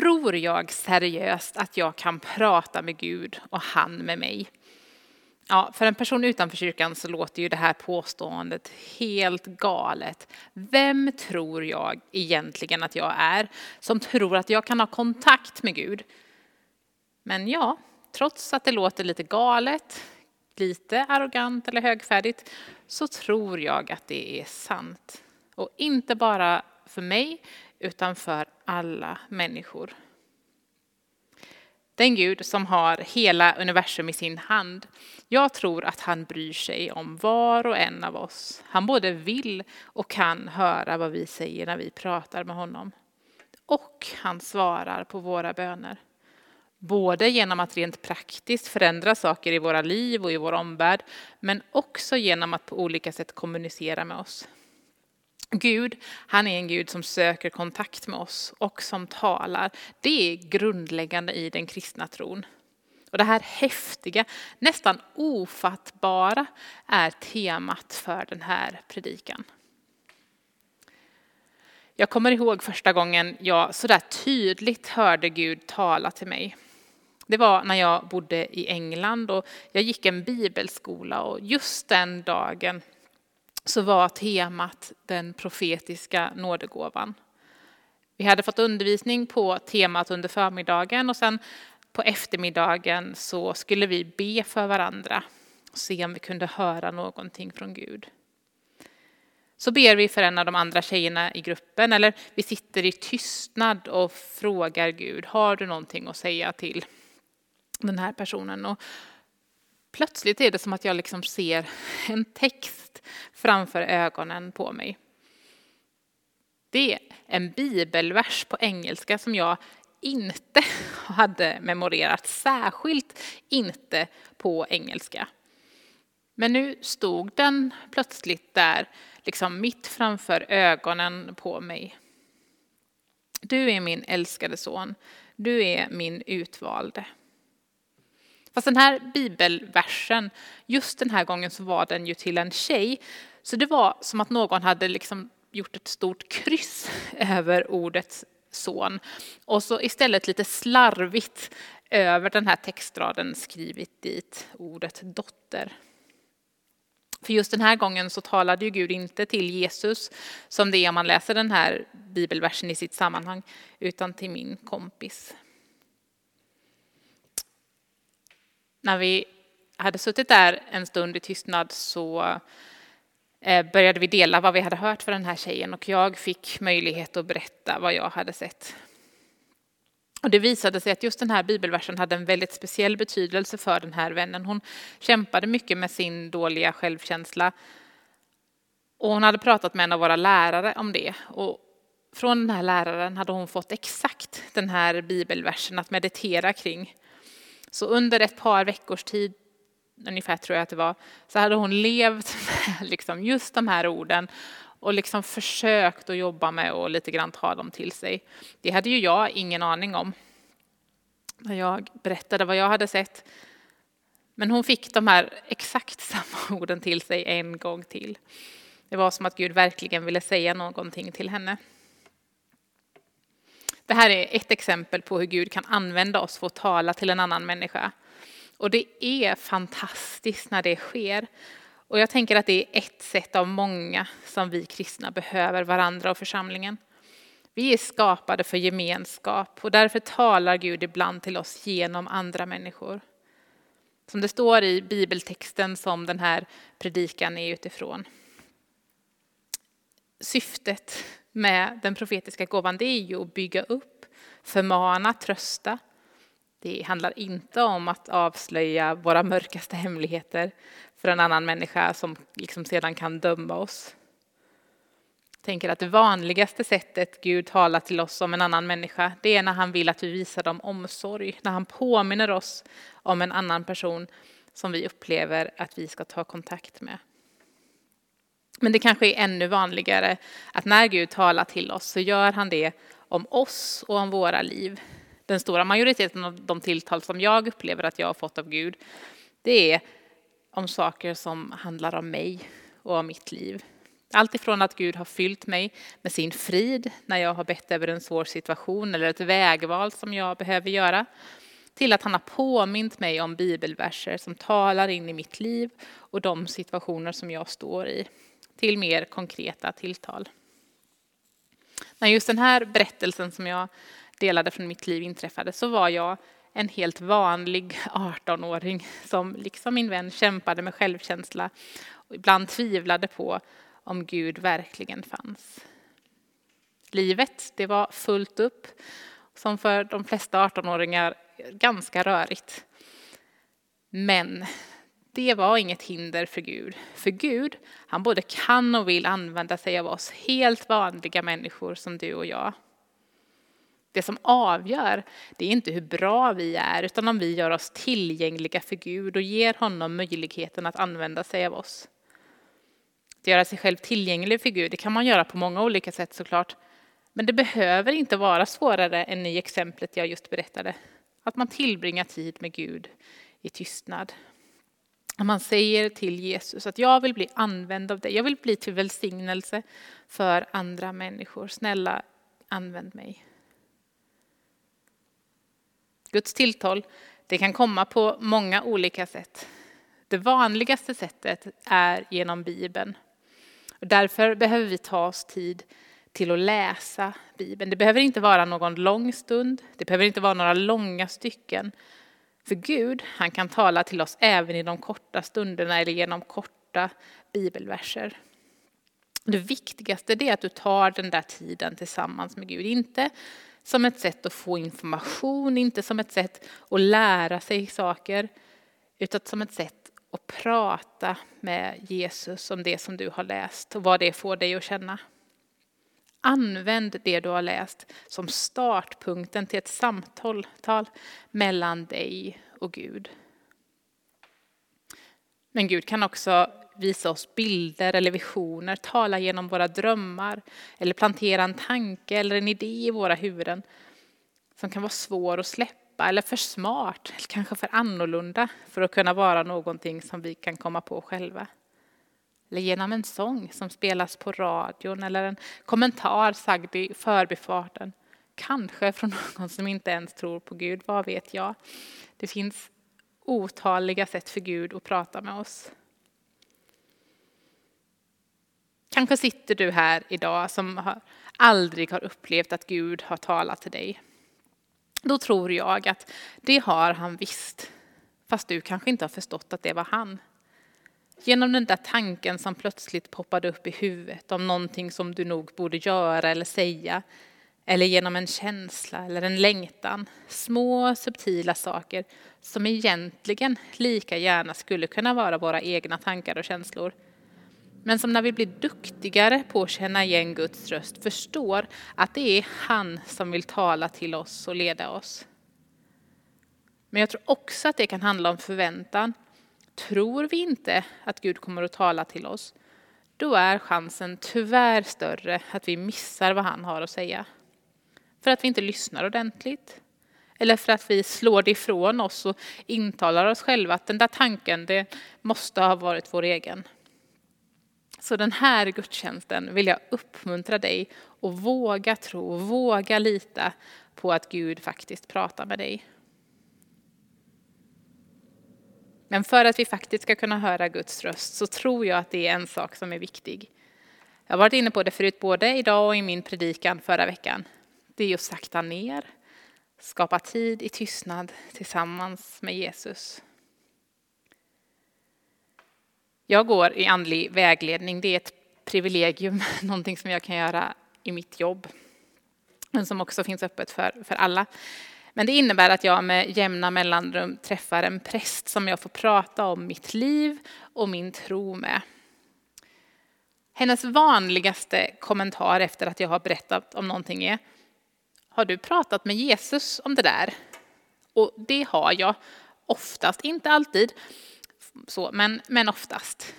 Tror jag seriöst att jag kan prata med Gud och han med mig? Ja, för en person utanför kyrkan så låter ju det här påståendet helt galet. Vem tror jag egentligen att jag är som tror att jag kan ha kontakt med Gud? Men ja, trots att det låter lite galet, lite arrogant eller högfärdigt, så tror jag att det är sant. Och inte bara för mig, utan för alla människor. Den Gud som har hela universum i sin hand. Jag tror att han bryr sig om var och en av oss. Han både vill och kan höra vad vi säger när vi pratar med honom. Och han svarar på våra böner. Både genom att rent praktiskt förändra saker i våra liv och i vår omvärld, men också genom att på olika sätt kommunicera med oss. Gud, han är en Gud som söker kontakt med oss och som talar. Det är grundläggande i den kristna tron. Och det här häftiga, nästan ofattbara är temat för den här predikan. Jag kommer ihåg första gången jag så där tydligt hörde Gud tala till mig. Det var när jag bodde i England och jag gick en bibelskola, och just den dagen så var temat den profetiska nådegåvan. Vi hade fått undervisning på temat under förmiddagen, och sen på eftermiddagen så skulle vi be för varandra och se om vi kunde höra någonting från Gud. Så ber vi för en av de andra tjejerna i gruppen, eller vi sitter i tystnad och frågar Gud, har du någonting att säga till den här personen? Och plötsligt är det som att jag liksom ser en text framför ögonen på mig. Det är en bibelvers på engelska som jag inte hade memorerat, särskilt inte på engelska. Men nu stod den plötsligt där, liksom mitt framför ögonen på mig. Du är min älskade son, du är min utvalde. Fast den här bibelversen, just den här gången så var den ju till en tjej. Så det var som att någon hade liksom gjort ett stort kryss över ordet son. Och så istället lite slarvigt över den här textraden skrivit dit ordet dotter. För just den här gången så talade ju Gud inte till Jesus som det är om man läser den här bibelversen i sitt sammanhang, utan till min kompis. När vi hade suttit där en stund i tystnad så började vi dela vad vi hade hört för den här tjejen, och jag fick möjlighet att berätta vad jag hade sett. Och det visade sig att just den här bibelversen hade en väldigt speciell betydelse för den här vännen. Hon kämpade mycket med sin dåliga självkänsla, och hon hade pratat med en av våra lärare om det. Och från den här läraren hade hon fått exakt den här bibelversen att meditera kring. Så under ett par veckors tid, ungefär tror jag att det var, så hade hon levt med liksom just de här orden och liksom försökt att jobba med och lite grann ta dem till sig. Det hade ju jag ingen aning om när jag berättade vad jag hade sett. Men hon fick de här exakt samma orden till sig en gång till. Det var som att Gud verkligen ville säga någonting till henne. Det här är ett exempel på hur Gud kan använda oss för att tala till en annan människa. Och det är fantastiskt när det sker. Och jag tänker att det är ett sätt av många som vi kristna behöver varandra och församlingen. Vi är skapade för gemenskap, och därför talar Gud ibland till oss genom andra människor. Som det står i bibeltexten som den här predikan är utifrån. Syftet med den profetiska gåvan, det är ju att bygga upp, förmana, trösta. Det handlar inte om att avslöja våra mörkaste hemligheter för en annan människa som liksom sedan kan döma oss. Jag tänker att det vanligaste sättet Gud talar till oss om en annan människa, det är när han vill att vi visar dem omsorg. När han påminner oss om en annan person som vi upplever att vi ska ta kontakt med. Men det kanske är ännu vanligare att när Gud talar till oss så gör han det om oss och om våra liv. Den stora majoriteten av de tilltal som jag upplever att jag har fått av Gud, det är om saker som handlar om mig och om mitt liv. Allt ifrån att Gud har fyllt mig med sin frid när jag har bett över en svår situation eller ett vägval som jag behöver göra, till att han har påmint mig om bibelverser som talar in i mitt liv och de situationer som jag står i, till mer konkreta tilltal. När just den här berättelsen som jag delade från mitt liv inträffade så var jag en helt vanlig 18-åring som liksom min vän kämpade med självkänsla och ibland tvivlade på om Gud verkligen fanns. Livet, det var fullt upp, som för de flesta 18-åringar ganska rörigt. Men det var inget hinder för Gud. För Gud, han både kan och vill använda sig av oss helt vanliga människor som du och jag. Det som avgör, det är inte hur bra vi är, utan om vi gör oss tillgängliga för Gud och ger honom möjligheten att använda sig av oss. Att göra sig själv tillgänglig för Gud, det kan man göra på många olika sätt såklart. Men det behöver inte vara svårare än i exemplet jag just berättade. Att man tillbringar tid med Gud i tystnad. Att man säger till Jesus att jag vill bli använd av dig. Jag vill bli till välsignelse för andra människor. Snälla, använd mig. Guds tilltal, det kan komma på många olika sätt. Det vanligaste sättet är genom Bibeln. Och därför behöver vi ta oss tid till att läsa Bibeln. Det behöver inte vara någon lång stund. Det behöver inte vara några långa stycken. För Gud, han kan tala till oss även i de korta stunderna eller genom korta bibelverser. Det viktigaste är att du tar den där tiden tillsammans med Gud. Inte som ett sätt att få information, inte som ett sätt att lära sig saker, utan som ett sätt att prata med Jesus om det som du har läst och vad det får dig att känna. Använd det du har läst som startpunkten till ett samtal mellan dig och Gud. Men Gud kan också visa oss bilder eller visioner, tala genom våra drömmar eller plantera en tanke eller en idé i våra huvuden som kan vara svår att släppa eller för smart eller kanske för annorlunda för att kunna vara någonting som vi kan komma på själva. Eller genom en sång som spelas på radion eller en kommentar sagd i förbifarten. Kanske från någon som inte ens tror på Gud, vad vet jag. Det finns otaliga sätt för Gud att prata med oss. Kanske sitter du här idag som aldrig har upplevt att Gud har talat till dig. Då tror jag att det har han visst. Fast du kanske inte har förstått att det var han. Genom den där tanken som plötsligt poppade upp i huvudet om någonting som du nog borde göra eller säga. Eller genom en känsla eller en längtan. Små subtila saker som egentligen lika gärna skulle kunna vara våra egna tankar och känslor. Men som när vi blir duktigare på att känna igen Guds röst förstår att det är han som vill tala till oss och leda oss. Men jag tror också att det kan handla om förväntan. Tror vi inte att Gud kommer att tala till oss, då är chansen tyvärr större att vi missar vad han har att säga. För att vi inte lyssnar ordentligt. Eller för att vi slår det ifrån oss och intalar oss själva att den där tanken, det måste ha varit vår egen. Så den här gudstjänsten vill jag uppmuntra dig att våga tro och våga lita på att Gud faktiskt pratar med dig. Men för att vi faktiskt ska kunna höra Guds röst så tror jag att det är en sak som är viktig. Jag har varit inne på det förut både idag och i min predikan förra veckan. Det är att sakta ner, skapa tid i tystnad tillsammans med Jesus. Jag går i andlig vägledning. Det är ett privilegium, någonting som jag kan göra i mitt jobb. Men som också finns öppet för alla. Men det innebär att jag med jämna mellanrum träffar en präst som jag får prata om mitt liv och min tro med. Hennes vanligaste kommentar efter att jag har berättat om någonting är: har du pratat med Jesus om det där? Och det har jag oftast, inte alltid, så, men oftast.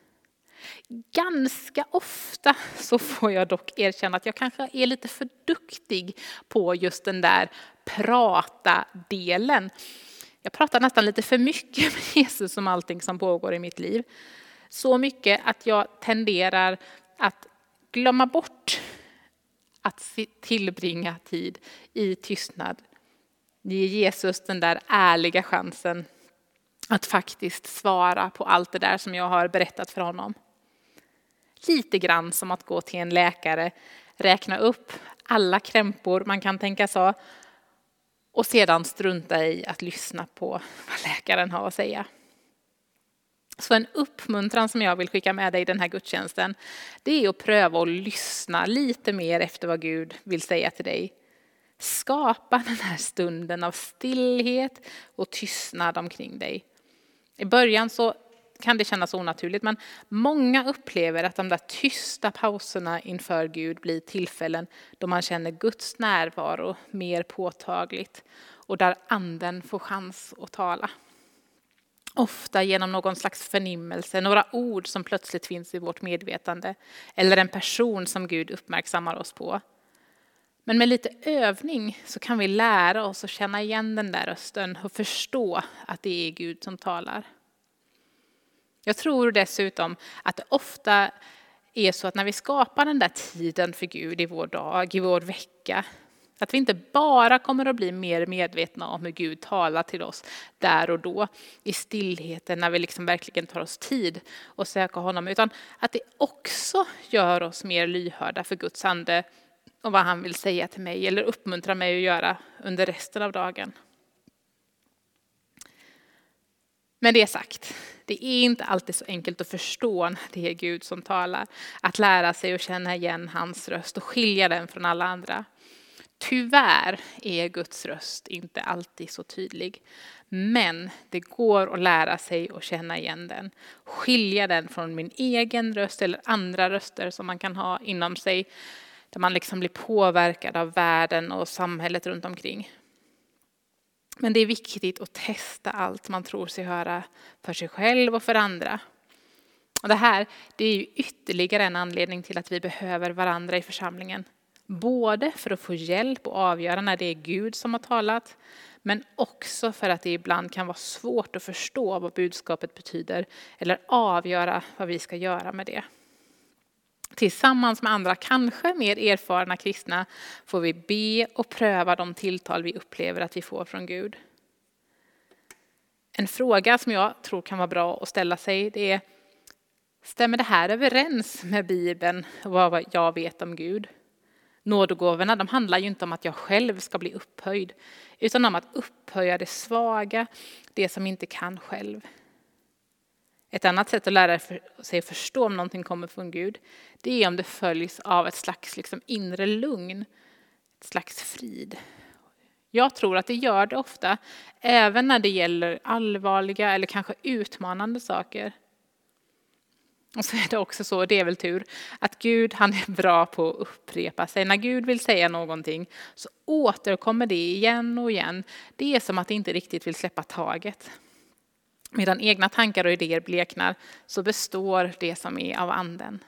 Ganska ofta så får jag dock erkänna att jag kanske är lite för duktig på just den där prata-delen. Jag pratar nästan lite för mycket med Jesus om allting som pågår i mitt liv. Så mycket att jag tenderar att glömma bort att tillbringa tid i tystnad. Ge Jesus den där ärliga chansen att faktiskt svara på allt det där som jag har berättat för honom. Lite grann som att gå till en läkare, räkna upp alla krämpor man kan tänka sig och sedan strunta i att lyssna på vad läkaren har att säga. Så en uppmuntran som jag vill skicka med dig i den här gudstjänsten, det är att pröva att lyssna lite mer efter vad Gud vill säga till dig. Skapa den här stunden av stillhet och tystnad omkring dig. I början så kan det kännas onaturligt, men många upplever att de där tysta pauserna inför Gud blir tillfällen då man känner Guds närvaro mer påtagligt och där anden får chans att tala. Ofta genom någon slags förnimmelse, några ord som plötsligt finns i vårt medvetande eller en person som Gud uppmärksammar oss på. Men med lite övning så kan vi lära oss att känna igen den där rösten och förstå att det är Gud som talar. Jag tror dessutom att det ofta är så att när vi skapar den där tiden för Gud i vår dag, i vår vecka, att vi inte bara kommer att bli mer medvetna om hur Gud talar till oss där och då i stillheten när vi liksom verkligen tar oss tid och söka honom, utan att det också gör oss mer lyhörda för Guds ande och vad han vill säga till mig eller uppmuntra mig att göra under resten av dagen. Men det sagt, det är inte alltid så enkelt att förstå när det är Gud som talar. Att lära sig att känna igen hans röst och skilja den från alla andra. Tyvärr är Guds röst inte alltid så tydlig. Men det går att lära sig att känna igen den. Skilja den från min egen röst eller andra röster som man kan ha inom sig. Där man liksom blir påverkad av världen och samhället runt omkring. Men det är viktigt att testa allt man tror sig höra för sig själv och för andra. Och det här, det är ju ytterligare en anledning till att vi behöver varandra i församlingen. Både för att få hjälp och avgöra när det är Gud som har talat, men också för att det ibland kan vara svårt att förstå vad budskapet betyder eller avgöra vad vi ska göra med det. Tillsammans med andra, kanske mer erfarna kristna, får vi be och pröva de tilltal vi upplever att vi får från Gud. En fråga som jag tror kan vara bra att ställa sig, det är: stämmer det här överens med Bibeln och vad jag vet om Gud? Nådegåvorna, de handlar ju inte om att jag själv ska bli upphöjd, utan om att upphöja det svaga, det som inte kan själv. Ett annat sätt att lära sig att förstå om någonting kommer från Gud, det är om det följs av ett slags inre lugn, ett slags frid. Jag tror att det gör det ofta, även när det gäller allvarliga eller kanske utmanande saker. Och så är det också så, det är väl tur, att Gud, han är bra på att upprepa sig. När Gud vill säga någonting så återkommer det igen och igen. Det är som att det inte riktigt vill släppa taget. Medan egna tankar och idéer bleknar så består det som är av anden.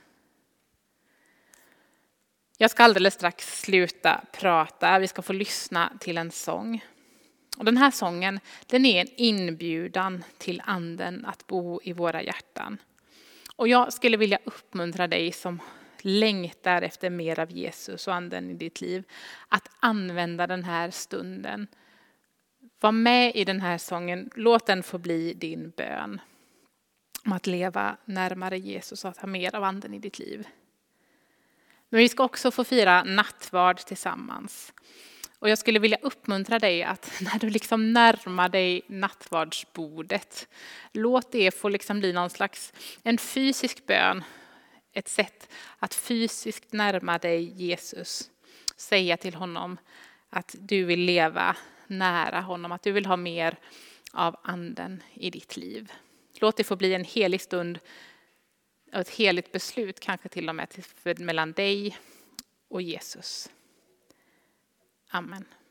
Jag ska alldeles strax sluta prata. Vi ska få lyssna till en sång. Och den här sången, den är en inbjudan till anden att bo i våra hjärtan. Och jag skulle vilja uppmuntra dig som längtar efter mer av Jesus och anden i ditt liv att använda den här stunden. Var med i den här sången, låt den få bli din bön om att leva närmare Jesus och att ha mer av anden i ditt liv. Men vi ska också få fira nattvard tillsammans. Och jag skulle vilja uppmuntra dig att när du närmar dig nattvardsbordet, låt det få bli någon slags en fysisk bön. Ett sätt att fysiskt närma dig Jesus. Säga till honom att du vill leva nära honom, att du vill ha mer av anden i ditt liv. Låt det få bli en helig stund, ett heligt beslut kanske till och med mellan dig och Jesus. Amen.